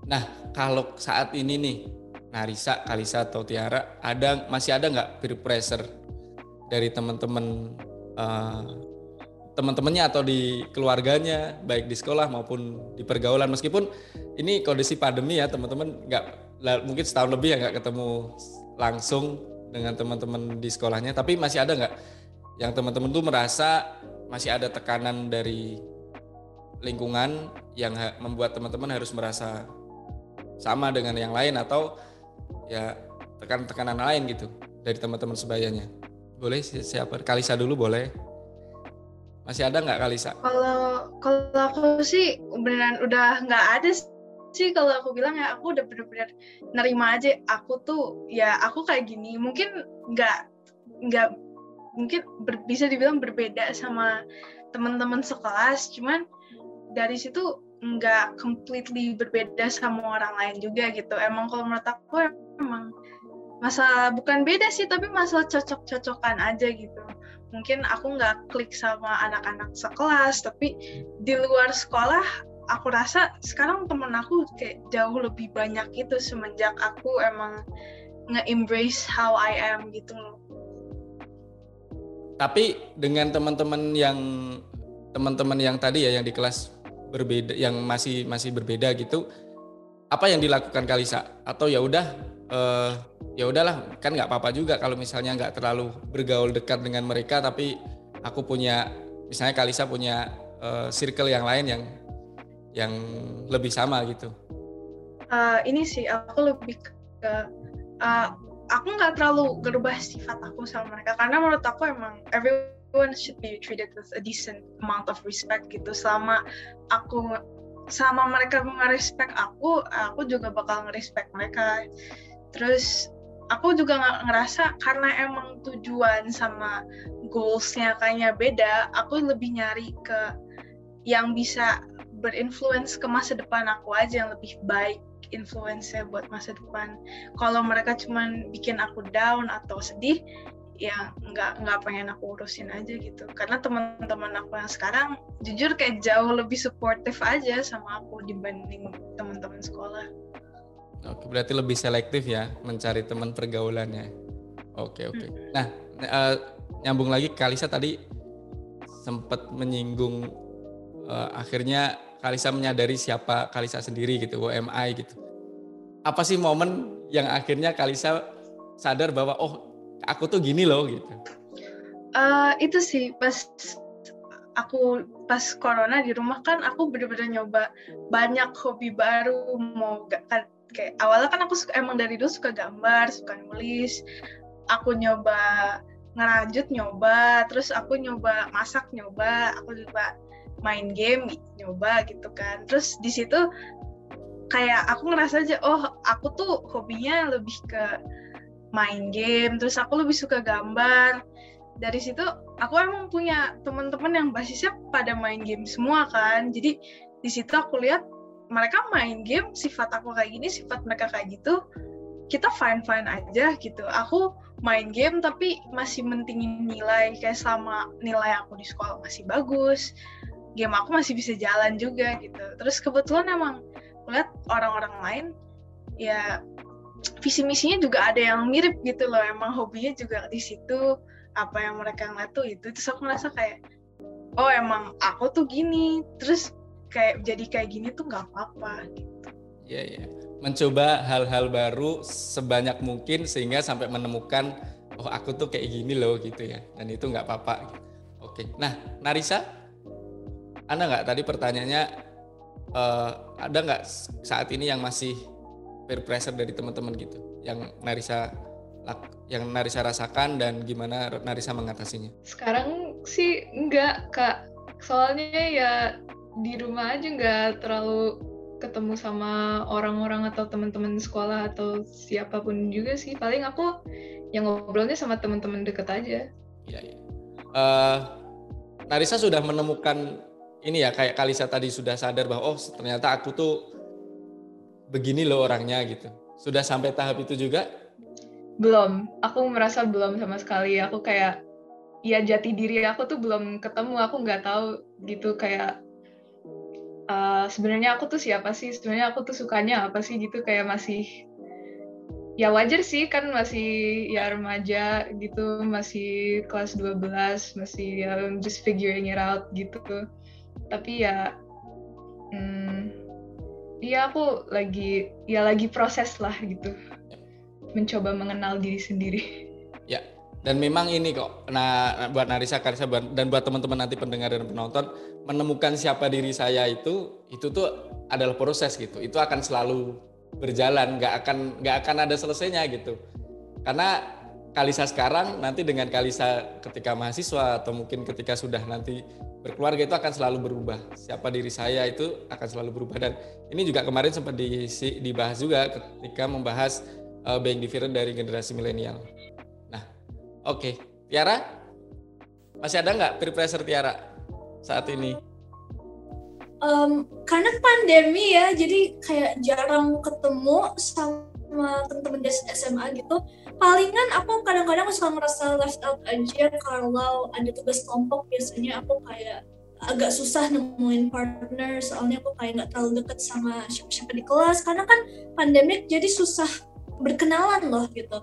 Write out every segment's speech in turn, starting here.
Nah, kalau saat ini nih, Narisa, Kalisa atau Tiara, masih ada nggak peer pressure dari eh, teman-temannya atau di keluarganya, baik di sekolah maupun di pergaulan, meskipun ini kondisi pandemi ya, teman-teman nggak, mungkin setahun lebih ya nggak ketemu langsung dengan teman-teman di sekolahnya, tapi masih ada nggak yang teman-teman tuh merasa masih ada tekanan dari lingkungan yang membuat teman-teman harus merasa sama dengan yang lain, atau ya tekanan lain gitu dari teman-teman sebayanya? Boleh siapa? Kalisa dulu boleh. Masih ada nggak Kalisa? Kalau aku sih beneran udah nggak ada sih. Kalau aku bilang ya aku udah bener-bener nerima aja. Aku tuh ya aku kayak gini. Mungkin nggak mungkin bisa dibilang berbeda sama teman-teman sekelas. Cuman dari situ nggak completely berbeda sama orang lain juga gitu. Emang kalau menurut aku emang masalah bukan beda sih, tapi masalah cocok-cocokan aja gitu. Mungkin aku nggak klik sama anak-anak sekelas, tapi di luar sekolah aku rasa sekarang temen aku kayak jauh lebih banyak itu semenjak aku emang nge-embrace how I am gitu loh. Tapi dengan teman-teman yang tadi ya, yang di kelas berbeda, yang masih berbeda gitu, apa yang dilakukan Kalisa? Atau ya udahlah, kan nggak apa-apa juga kalau misalnya nggak terlalu bergaul dekat dengan mereka, tapi aku punya, misalnya Kalisa punya circle yang lain yang lebih sama gitu. Ini sih aku lebih ke aku nggak terlalu gerubah sifat aku sama mereka, karena menurut aku emang everyone should be treated with a decent amount of respect gitu. Sama mereka nge-respect aku juga bakal nge-respect mereka. Terus aku juga nggak ngerasa karena emang tujuan sama goals-nya kayaknya beda, aku lebih nyari ke yang bisa berinfluence ke masa depan aku aja, yang lebih baik influence-nya buat masa depan. Kalau mereka cuman bikin aku down atau sedih, ya nggak pengen aku urusin aja gitu. Karena teman-teman aku yang sekarang jujur kayak jauh lebih supportive aja sama aku dibanding teman-teman sekolah. Oke, berarti lebih selektif ya mencari teman pergaulannya. Oke, oke. Nah, nyambung lagi, Kalisa tadi sempat menyinggung akhirnya Kalisa menyadari siapa Kalisa sendiri gitu, WMI gitu. Apa sih momen yang akhirnya Kalisa sadar bahwa oh, aku tuh gini loh gitu? Itu sih pas corona di rumah kan aku bener-bener nyoba banyak hobi baru. Kayak awalnya kan aku emang dari dulu suka gambar, suka nulis. Aku nyoba ngerajut, terus aku nyoba masak, aku coba main game, nyoba gitu kan. Terus di situ kayak aku ngerasa aja, oh aku tuh hobinya lebih ke main game, terus aku lebih suka gambar. Dari situ aku emang punya teman-teman yang basisnya pada main game semua kan. Jadi di situ aku lihat mereka main game, sifat aku kayak gini, sifat mereka kayak gitu, kita fine-fine aja gitu. Aku main game tapi masih mentingin nilai, kayak selama nilai aku di sekolah masih bagus, game aku masih bisa jalan juga gitu. Terus kebetulan emang lihat orang-orang lain ya visi misinya juga ada yang mirip gitu loh, emang hobinya juga di situ, apa yang mereka ngeliat tuh itu. Terus aku ngerasa kayak oh emang aku tuh gini, terus kayak jadi kayak gini tuh nggak apa-apa gitu. Ya, ya. Mencoba hal-hal baru sebanyak mungkin sehingga sampai menemukan oh, aku tuh kayak gini loh gitu ya, dan itu nggak apa-apa gitu. Oke. Nah, Narisa, ada nggak tadi pertanyaannya, ada nggak saat ini yang masih peer pressure dari teman-teman gitu, yang Narisa rasakan dan gimana Narisa mengatasinya? Sekarang sih enggak, Kak. Soalnya ya di rumah aja nggak terlalu ketemu sama orang-orang atau teman-teman sekolah atau siapapun juga sih. Paling aku yang ngobrolnya sama teman-teman deket aja. Iya, iya. Narisa sudah menemukan ini ya, kayak Kalisa tadi sudah sadar bahwa oh ternyata aku tuh begini loh orangnya gitu. Sudah sampai tahap itu juga? Belum. Aku merasa belum sama sekali. Aku kayak ya jati diri aku tuh belum ketemu. Aku nggak tahu gitu, kayak sebenarnya aku tuh siapa sih, sebenarnya aku tuh sukanya apa sih gitu, kayak masih ya wajar sih kan, masih ya remaja gitu, masih kelas 12, masih ya just figuring it out gitu. Tapi ya ya aku lagi proses lah gitu, mencoba mengenal diri sendiri. Ya, dan memang ini kok, nah buat Narisa, Kalisa, dan buat teman-teman nanti pendengar dan penonton, menemukan siapa diri saya itu tuh adalah proses gitu. Itu akan selalu berjalan, nggak akan ada selesainya gitu. Karena Kalisa sekarang nanti dengan Kalisa ketika mahasiswa atau mungkin ketika sudah nanti berkeluarga itu akan selalu berubah. Siapa diri saya itu akan selalu berubah, dan ini juga kemarin sempat dibahas juga ketika membahas being different dari generasi milenial. Nah, oke. Tiara, masih ada nggak peer pressure Tiara saat ini? Karena pandemi ya, jadi kayak jarang ketemu sama teman-teman SMA gitu. Palingan aku kadang-kadang suka ngerasa left out aja kalau ada tugas kelompok. Biasanya aku kayak agak susah nemuin partner, soalnya aku kayak nggak terlalu deket sama siapa-siapa di kelas, karena kan pandemik jadi susah berkenalan loh gitu.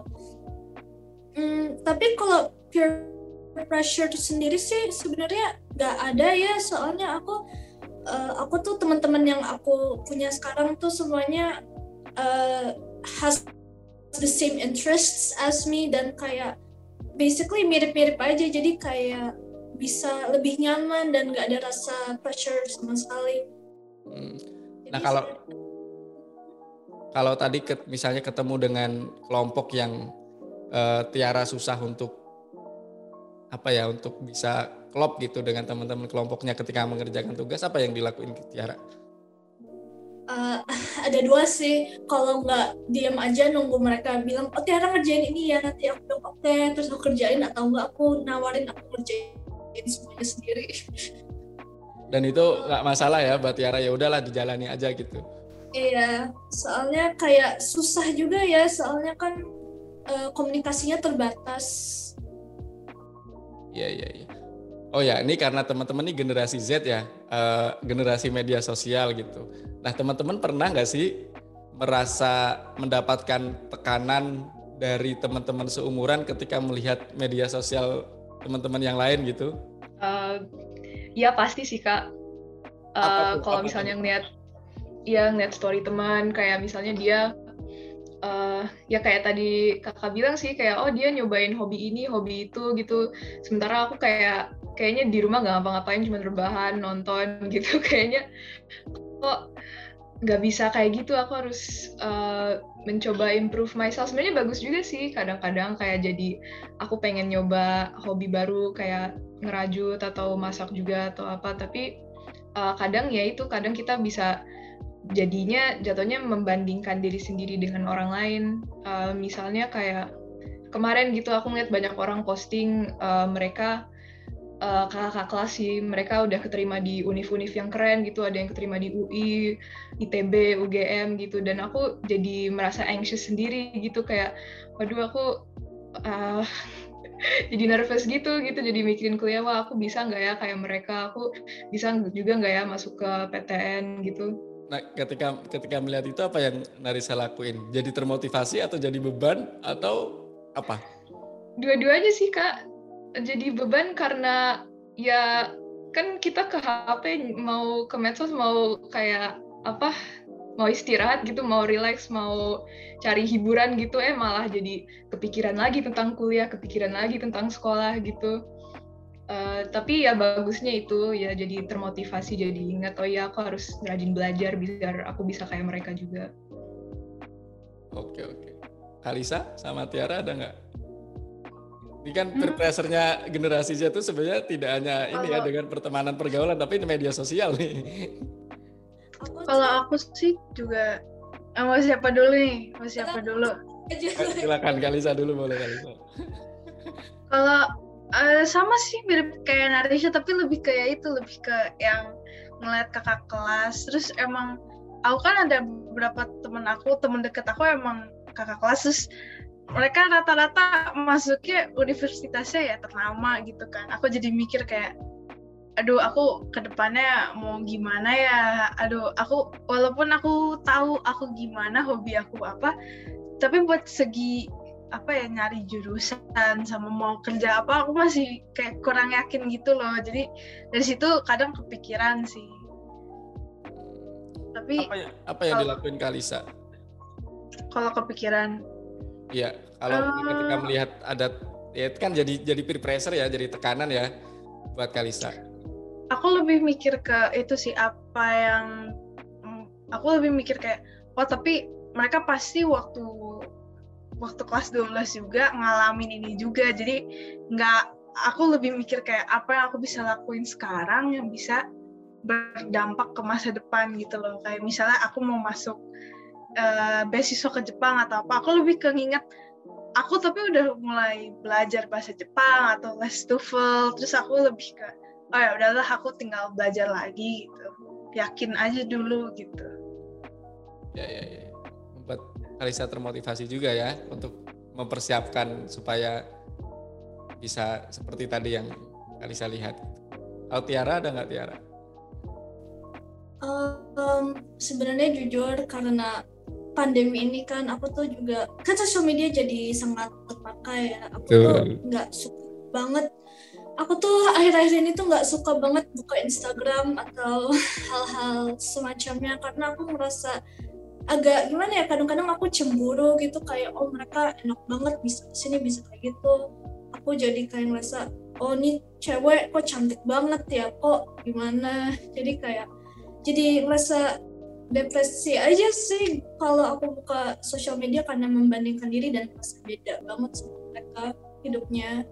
Tapi kalau peer pressure sendiri sih sebenarnya nggak ada ya, soalnya aku tuh teman-teman yang aku punya sekarang tuh semuanya has the same interests as me, dan kayak basically mirip-mirip aja, jadi kayak bisa lebih nyaman dan nggak ada rasa pressure sama sekali. Nah, kalau tadi misalnya ketemu dengan kelompok yang Tiara susah untuk untuk bisa klop gitu dengan teman-teman kelompoknya ketika mengerjakan tugas, apa yang dilakuin Tiara? Ada dua sih. Kalau nggak diam aja nunggu mereka bilang, oh Tiara ngerjain ini ya, nanti aku bilang oke, terus aku kerjain, atau enggak aku nawarin aku ngerjain semuanya sendiri. Dan itu nggak masalah ya buat Tiara, ya udahlah dijalani aja gitu. Iya, soalnya kayak susah juga ya, soalnya kan komunikasinya terbatas. Iya. Oh ya, ini karena teman-teman ini generasi Z ya, generasi media sosial gitu. Nah, teman-teman pernah nggak sih merasa mendapatkan tekanan dari teman-teman seumuran ketika melihat media sosial teman-teman yang lain gitu? Ya pasti sih Kak. Kalau misalnya ngeliat story teman, kayak misalnya dia ya kayak tadi kakak bilang sih, kayak oh dia nyobain hobi ini, hobi itu gitu. Sementara aku kayaknya di rumah nggak ngapa-ngapain, cuma rebahan, nonton gitu. Kayaknya kok nggak bisa kayak gitu, aku harus mencoba improve myself. Sebenarnya bagus juga sih kadang-kadang, kayak jadi aku pengen nyoba hobi baru kayak ngerajut atau masak juga atau apa. Tapi kadang kita bisa jatuhnya membandingkan diri sendiri dengan orang lain. Misalnya kayak kemarin gitu aku ngeliat banyak orang posting mereka kakak kelas sih, mereka udah keterima di univ-univ yang keren gitu, ada yang keterima di UI, ITB, UGM gitu, dan aku jadi merasa anxious sendiri gitu, kayak waduh aku jadi nervous gitu, jadi mikirin kuliah, wah aku bisa nggak ya kayak mereka, aku bisa juga nggak ya masuk ke PTN gitu. Nah, ketika melihat itu apa yang Narisa lakuin? Jadi termotivasi atau jadi beban atau apa? Dua-duanya sih Kak. Jadi beban karena ya kan kita ke HP, mau ke medsos, mau kayak apa, mau istirahat gitu, mau relax, mau cari hiburan gitu, malah jadi kepikiran lagi tentang kuliah, kepikiran lagi tentang sekolah gitu. Tapi ya bagusnya itu ya jadi termotivasi, jadi ingat oh ya aku harus rajin belajar biar aku bisa kayak mereka juga. Oke. Kalisa sama Tiara ada nggak? Ini kan peer pressure-nya generasi Z itu sebenarnya tidak hanya ini ya dengan pertemanan pergaulan, tapi media sosial nih. Kalau aku sih juga mau siapa dulu nih? Silakan Kalisa dulu, boleh Kalisa. Kalau sama sih mirip kayak Narisha, tapi lebih ke yang ngeliat kakak kelas. Terus emang aku kan ada beberapa teman deket aku emang kakak kelas, terus mereka rata-rata masuknya universitasnya ya ternama gitu kan. Aku jadi mikir kayak aduh aku kedepannya mau gimana ya, aku walaupun aku tahu aku gimana, hobi aku apa, tapi buat segi apa ya, nyari jurusan sama mau kerja apa, aku masih kayak kurang yakin gitu loh. Jadi dari situ kadang kepikiran sih. Tapi Apa yang dilakuin Kalisa? kalau kepikiran, Iya, kalau ketika melihat ada, ya itu kan jadi peer pressure ya, jadi tekanan ya buat Kalisa. aku lebih mikir ke itu sih, apa yang aku lebih mikir kayak, oh tapi mereka pasti waktu kelas 12 juga ngalamin ini juga, jadi aku lebih mikir kayak apa yang aku bisa lakuin sekarang yang bisa berdampak ke masa depan gitu loh. Kayak misalnya aku mau masuk beasiswa ke Jepang atau apa, aku lebih ke nginget aku tapi udah mulai belajar bahasa Jepang atau les TOEFL, terus aku lebih ke oh ya udahlah, aku tinggal belajar lagi gitu, yakin aja dulu gitu. Ya. Membuat Kalisa termotivasi juga ya untuk mempersiapkan supaya bisa seperti tadi yang Kalisa lihat. Kalau Tiara ada nggak Tiara? Sebenarnya jujur karena pandemi ini kan aku tuh juga kan sosial media jadi sangat terpakai ya. Aku tuh nggak suka banget. Aku tuh akhir-akhir ini tuh nggak suka banget buka Instagram atau hal-hal semacamnya karena aku merasa agak gimana ya, kadang-kadang aku cemburu gitu kayak oh mereka enak banget bisa kesini bisa kayak gitu. Aku jadi kayak ngerasa oh nih cewek kok cantik banget ya, kok gimana, jadi ngerasa depresi aja sih kalau aku buka sosial media karena membandingkan diri dan merasa beda banget sama mereka hidupnya.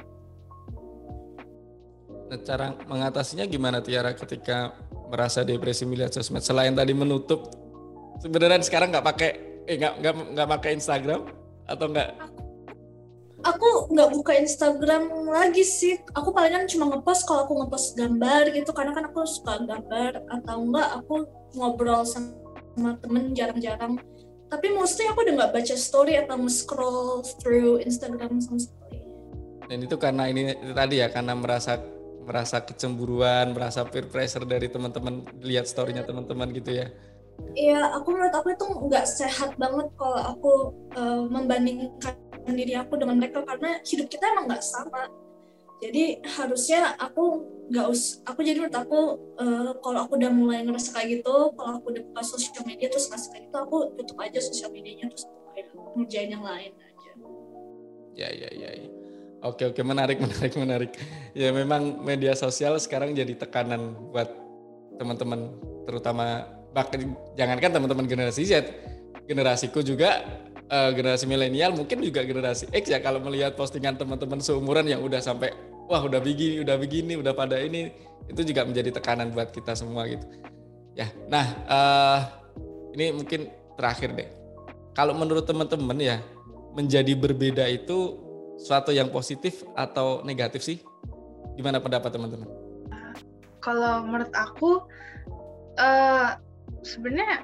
Nah, cara mengatasinya gimana Tiara ketika merasa depresi melihat sosmed selain tadi menutup? Sebenarnya sekarang nggak pakai Instagram atau nggak? Aku nggak buka Instagram lagi sih. Aku palingan cuma ngepost kalau aku ngepost gambar gitu, karena kan aku suka gambar, atau enggak aku ngobrol sama temen jarang-jarang. Tapi mostly aku udah nggak baca story atau scroll through Instagram sama sekali. Dan itu karena itu tadi ya, karena merasa kecemburuan, merasa peer pressure dari teman-teman, lihat story-nya teman-teman gitu ya. Iya, menurut aku itu nggak sehat banget kalau aku membandingkan diri aku dengan mereka, karena hidup kita emang nggak sama. Jadi harusnya aku jadi menurut aku kalau aku udah mulai ngerasa kayak gitu, kalau aku udah buka sosial media terus ngerasa kayak gitu, aku tutup aja sosial medianya terus aku kayak ngerjain yang lain aja. Ya. Oke, menarik. Ya memang media sosial sekarang jadi tekanan buat teman-teman, terutama bahkan jangankan teman-teman generasi Z, generasiku juga, generasi milenial, mungkin juga generasi X ya, kalau melihat postingan teman-teman seumuran yang udah sampai wah udah begini, udah pada ini, itu juga menjadi tekanan buat kita semua gitu. Ya, nah ini mungkin terakhir deh. Kalau menurut teman-teman ya, menjadi berbeda itu suatu yang positif atau negatif sih? Gimana pendapat teman-teman? Kalau menurut aku sebenarnya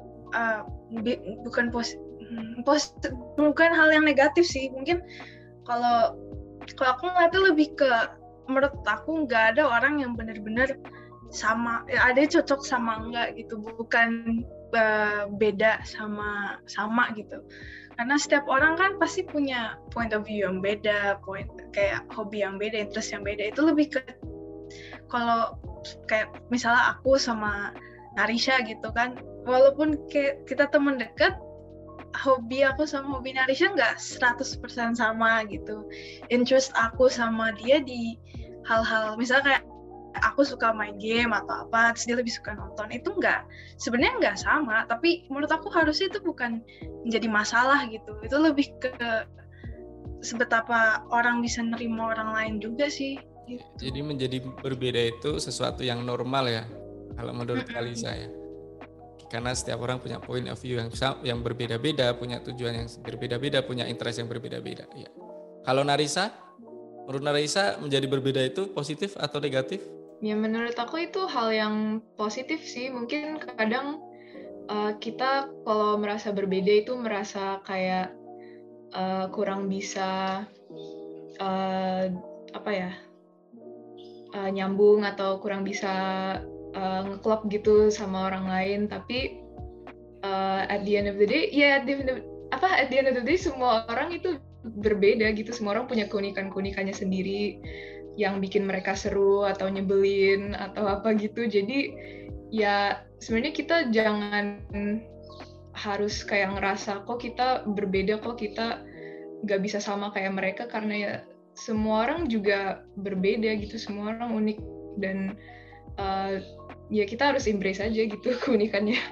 bukan hal yang negatif sih. Mungkin kalau aku ngeliatnya lebih ke, menurut aku nggak ada orang yang benar-benar sama, ada yang cocok sama enggak gitu, bukan beda sama gitu. Karena setiap orang kan pasti punya point of view yang beda, kayak hobi yang beda, interest yang beda. Itu lebih ke, kalau kayak misalnya aku sama Narisha gitu kan, walaupun kita teman dekat, hobi aku sama hobi Narisha nggak 100% sama gitu. Interest aku sama dia di hal-hal misalnya kayak aku suka main game atau apa, terus dia lebih suka nonton, itu sebenarnya nggak sama, tapi menurut aku harusnya itu bukan menjadi masalah gitu. Itu lebih ke sebetapa orang bisa nerima orang lain juga sih gitu. Jadi menjadi berbeda itu sesuatu yang normal ya, kalau menurut Kalisa ya, karena setiap orang punya point of view yang berbeda-beda, punya tujuan yang berbeda-beda, punya interest yang berbeda-beda ya. Kalau Narisa, menurut Narisa menjadi berbeda itu positif atau negatif? Ya menurut aku itu hal yang positif sih. Mungkin kadang kita kalau merasa berbeda itu merasa kayak kurang bisa nyambung atau kurang bisa ngeklop gitu sama orang lain, tapi at the end of the day at the end of the day semua orang itu berbeda gitu, semua orang punya keunikannya sendiri yang bikin mereka seru atau nyebelin atau apa gitu. Jadi ya sebenarnya kita jangan harus kayak ngerasa kok kita berbeda, kok kita nggak bisa sama kayak mereka, karena ya semua orang juga berbeda gitu, semua orang unik, dan ya kita harus embrace aja gitu keunikannya.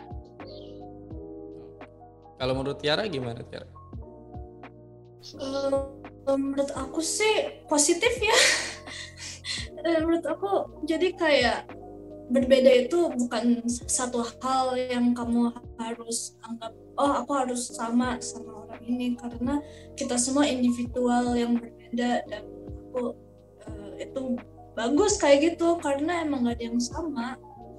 Kalau menurut Tiara gimana, Tiara? Menurut aku sih positif ya. Menurut aku jadi kayak berbeda itu bukan satu hal yang kamu harus anggap, oh aku harus sama orang ini, karena kita semua individual yang berbeda, dan aku itu bagus kayak gitu karena emang gak ada yang sama.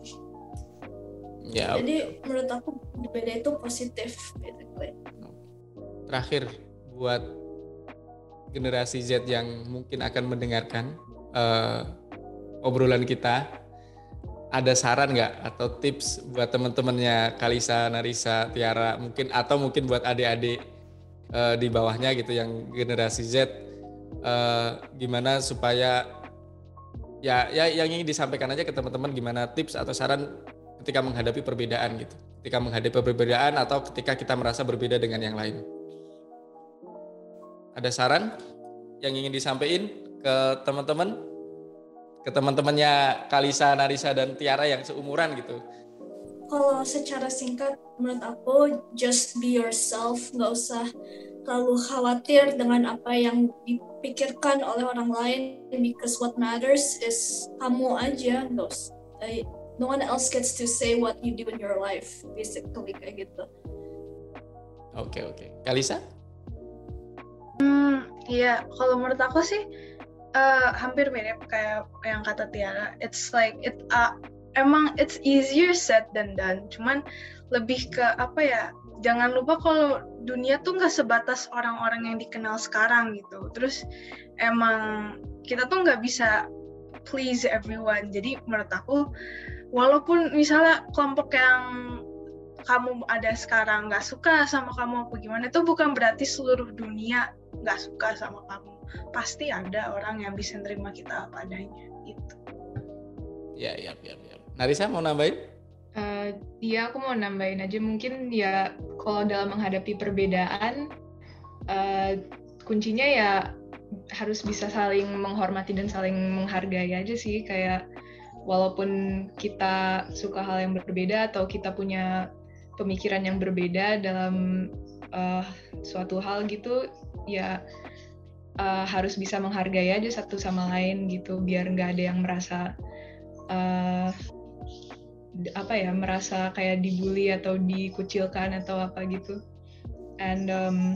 Ya. Jadi menurut aku berbeda itu positif basically. Terakhir buat generasi Z yang mungkin akan mendengarkan obrolan kita, ada saran nggak atau tips buat teman-temannya Kalisa, Narisa, Tiara mungkin, atau mungkin buat adik-adik di bawahnya gitu yang generasi Z, gimana supaya ya yang ingin disampaikan aja ke teman-teman, gimana tips atau saran ketika menghadapi perbedaan gitu, ketika menghadapi perbedaan atau ketika kita merasa berbeda dengan yang lain. Ada saran yang ingin disampaikan ke teman-teman? Ke teman-temannya Kalisa, Narisa, dan Tiara yang seumuran gitu? Kalau secara singkat, menurut aku just be yourself, nggak usah terlalu khawatir dengan apa yang dipikirkan oleh orang lain, because what matters is kamu aja, no one else gets to say what you do in your life, basically kayak gitu. Oke. Kalisa? Iya, kalau menurut aku sih hampir mirip kayak yang kata Tiara. It's like emang it's easier said than done. Cuman lebih ke apa ya? Jangan lupa kalau dunia tuh nggak sebatas orang-orang yang dikenal sekarang gitu. Terus emang kita tuh nggak bisa please everyone. Jadi menurut aku, walaupun misalnya kelompok yang kamu ada sekarang nggak suka sama kamu apa gimana, itu bukan berarti seluruh dunia nggak suka sama kamu. Pasti ada orang yang bisa nerima kita apa adanya gitu. Ya. Narisa mau nambahin? Iya, aku mau nambahin aja mungkin ya, kalau dalam menghadapi perbedaan kuncinya ya harus bisa saling menghormati dan saling menghargai aja sih. Kayak walaupun kita suka hal yang berbeda atau kita punya pemikiran yang berbeda dalam suatu hal gitu, ya harus bisa menghargai aja satu sama lain gitu, biar nggak ada yang merasa merasa kayak dibully atau dikucilkan atau apa gitu. And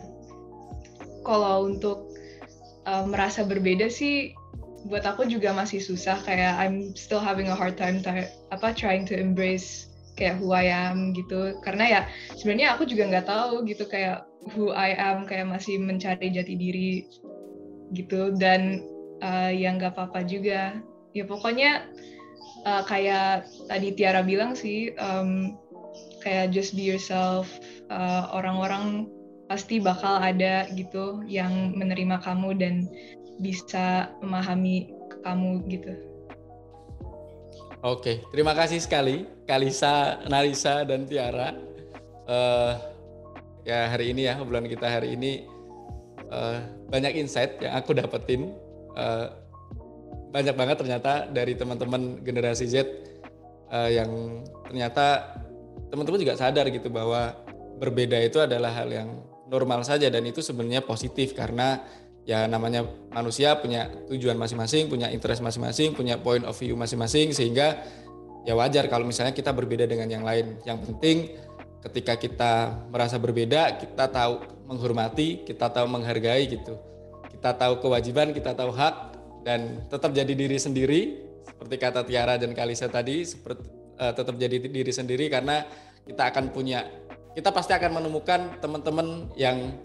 kalau untuk merasa berbeda sih, buat aku juga masih susah, kayak I'm still having a hard time trying to embrace kayak who I am gitu, karena ya sebenarnya aku juga nggak tahu gitu kayak who I am, kayak masih mencari jati diri gitu. Dan ya nggak apa-apa juga ya, pokoknya kayak tadi Tiara bilang sih, kayak just be yourself. Orang-orang pasti bakal ada gitu yang menerima kamu dan bisa memahami kamu gitu. Oke, terima kasih sekali Kalisa, Narisa, dan Tiara. Ya hari ini ya, obrolan kita hari ini banyak insight yang aku dapetin. Banyak banget ternyata dari teman-teman generasi Z yang ternyata teman-teman juga sadar gitu bahwa berbeda itu adalah hal yang normal saja, dan itu sebenarnya positif karena ya namanya manusia punya tujuan masing-masing, punya interest masing-masing, punya point of view masing-masing, sehingga ya wajar kalau misalnya kita berbeda dengan yang lain. Yang penting ketika kita merasa berbeda, kita tahu menghormati, kita tahu menghargai gitu. Kita tahu kewajiban, kita tahu hak, dan tetap jadi diri sendiri seperti kata Tiara dan Kalisa tadi, tetap jadi diri sendiri, karena kita pasti akan menemukan teman-teman yang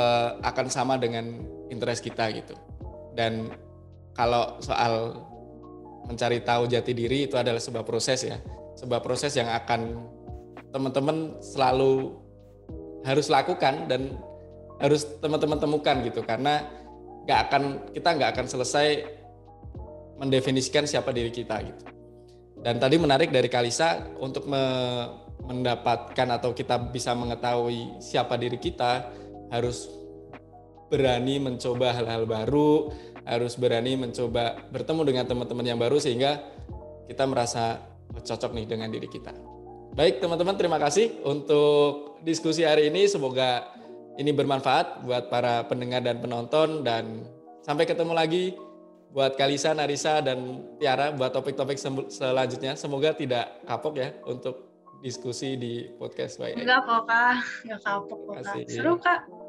akan sama dengan interest kita gitu. Dan kalau soal mencari tahu jati diri itu adalah sebuah proses ya. Sebuah proses yang akan teman-teman selalu harus lakukan dan harus teman-teman temukan gitu, karena kita nggak akan selesai mendefinisikan siapa diri kita gitu. Dan tadi menarik dari Kalisa untuk mendapatkan atau kita bisa mengetahui siapa diri kita, harus berani mencoba hal-hal baru, harus berani mencoba bertemu dengan teman-teman yang baru sehingga kita merasa cocok nih dengan diri kita. Baik teman-teman, terima kasih untuk diskusi hari ini. Semoga ini bermanfaat buat para pendengar dan penonton, dan sampai ketemu lagi buat Kalisa, Narisa, dan Tiara buat topik-topik selanjutnya. Semoga tidak kapok ya untuk diskusi di podcast YI. Enggak kok Kak, enggak kapok kok Kak. Seru Kak.